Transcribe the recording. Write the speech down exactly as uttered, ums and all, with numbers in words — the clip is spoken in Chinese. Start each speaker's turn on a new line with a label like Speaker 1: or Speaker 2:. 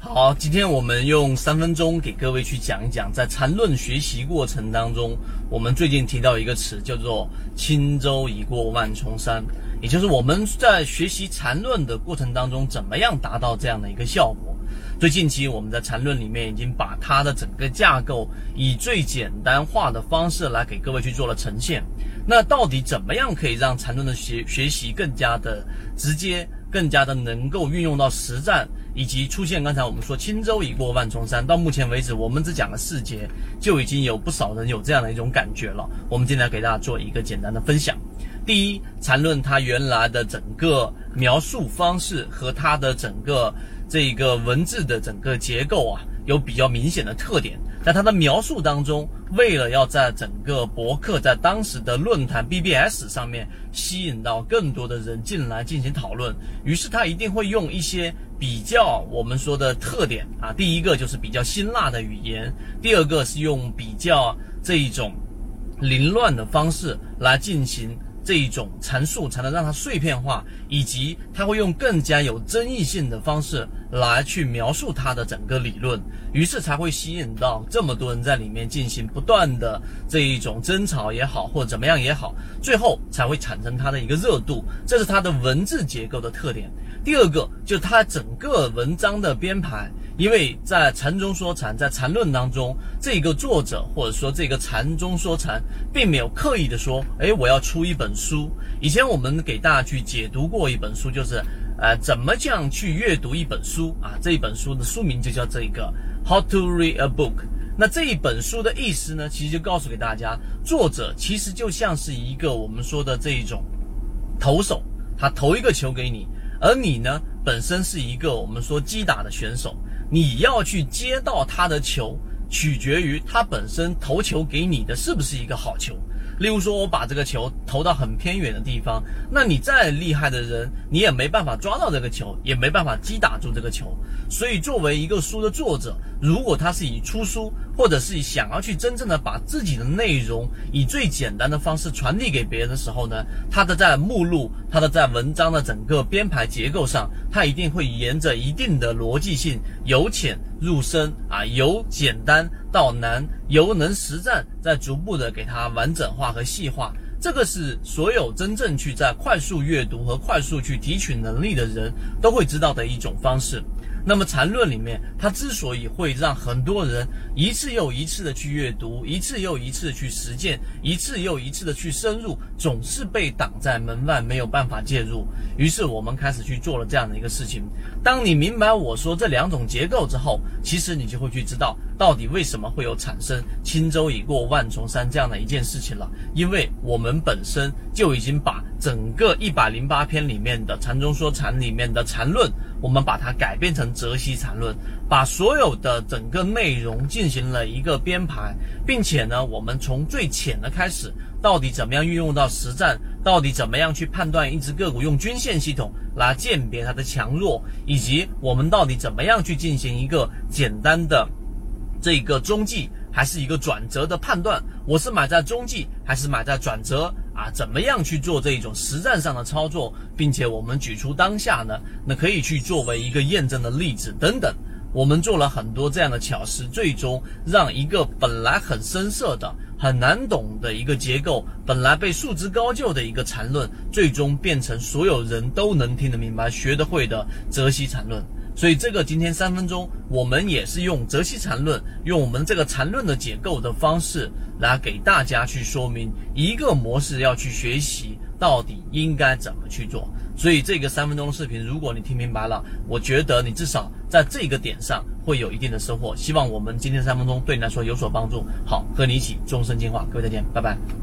Speaker 1: 好，今天我们用三分钟给各位去讲一讲，在缠论学习过程当中，我们最近提到一个词叫做轻舟已过万重山，也就是我们在学习缠论的过程当中，怎么样达到这样的一个效果。最近期我们在缠论里面已经把它的整个架构以最简单化的方式来给各位去做了呈现。那到底怎么样可以让缠论的学学习更加的直接，更加的能够运用到实战，以及出现刚才我们说轻舟已过万重山，到目前为止我们只讲了四节，就已经有不少人有这样的一种感觉了。我们今天来给大家做一个简单的分享。第一，缠论它原来的整个描述方式和它的整个这个文字的整个结构啊，有比较明显的特点。在它的描述当中，为了要在整个博客在当时的论坛 B B S 上面吸引到更多的人进来进行讨论，于是他一定会用一些比较我们说的特点啊，第一个就是比较辛辣的语言，第二个是用比较这一种凌乱的方式来进行这一种阐述，才能让它碎片化，以及它会用更加有争议性的方式来去描述它的整个理论，于是才会吸引到这么多人在里面进行不断的这一种争吵也好，或者怎么样也好，最后才会产生它的一个热度，这是它的文字结构的特点。第二个就是它整个文章的编排，因为在缠中说禅，在缠论当中，这个作者或者说这个缠中说禅并没有刻意的说，诶，我要出一本书。以前我们给大家去解读过一本书，就是呃，怎么这样去阅读一本书啊？这一本书的书名就叫这个 How to Read a Book。那这一本书的意思呢，其实就告诉给大家，作者其实就像是一个我们说的这一种投手，他投一个球给你，而你呢本身是一个我们说击打的选手，你要去接到他的球，取决于他本身投球给你的是不是一个好球。例如说我把这个球投到很偏远的地方，那你再厉害的人，你也没办法抓到这个球，也没办法击打住这个球。所以作为一个书的作者，如果他是以出书，或者是想要去真正的把自己的内容以最简单的方式传递给别人的时候呢，他的在目录，他的在文章的整个编排结构上，他一定会沿着一定的逻辑性，由浅入深啊，由简单到难，由能实战，再逐步的给它完整化和细化。这个是所有真正去在快速阅读和快速去提取能力的人都会知道的一种方式。那么缠论里面，它之所以会让很多人一次又一次的去阅读，一次又一次的去实践，一次又一次的去深入，总是被挡在门外，没有办法介入。于是我们开始去做了这样的一个事情。当你明白我说这两种结构之后，其实你就会去知道到底为什么会有产生轻舟已过万重山这样的一件事情了。因为我们本身就已经把整个一百零八篇里面的缠中说禅里面的禅论，我们把它改变成泽西禅论，把所有的整个内容进行了一个编排，并且呢，我们从最浅的开始，到底怎么样运用到实战，到底怎么样去判断一只个股用均线系统来鉴别它的强弱，以及我们到底怎么样去进行一个简单的这个中继还是一个转折的判断，我是买在中继还是买在转折啊？怎么样去做这种实战上的操作，并且我们举出当下呢，那可以去作为一个验证的例子等等。我们做了很多这样的巧思，最终让一个本来很深涩的、很难懂的一个结构，本来被束之高就的一个禅论，最终变成所有人都能听得明白、学得会的泽西禅论。所以这个今天三分钟，我们也是用泽西禅论，用我们这个禅论的结构的方式来给大家去说明一个模式要去学习到底应该怎么去做。所以这个三分钟的视频，如果你听明白了，我觉得你至少在这个点上会有一定的收获。希望我们今天三分钟对你来说有所帮助。好，和你一起终身进化，各位再见，拜拜。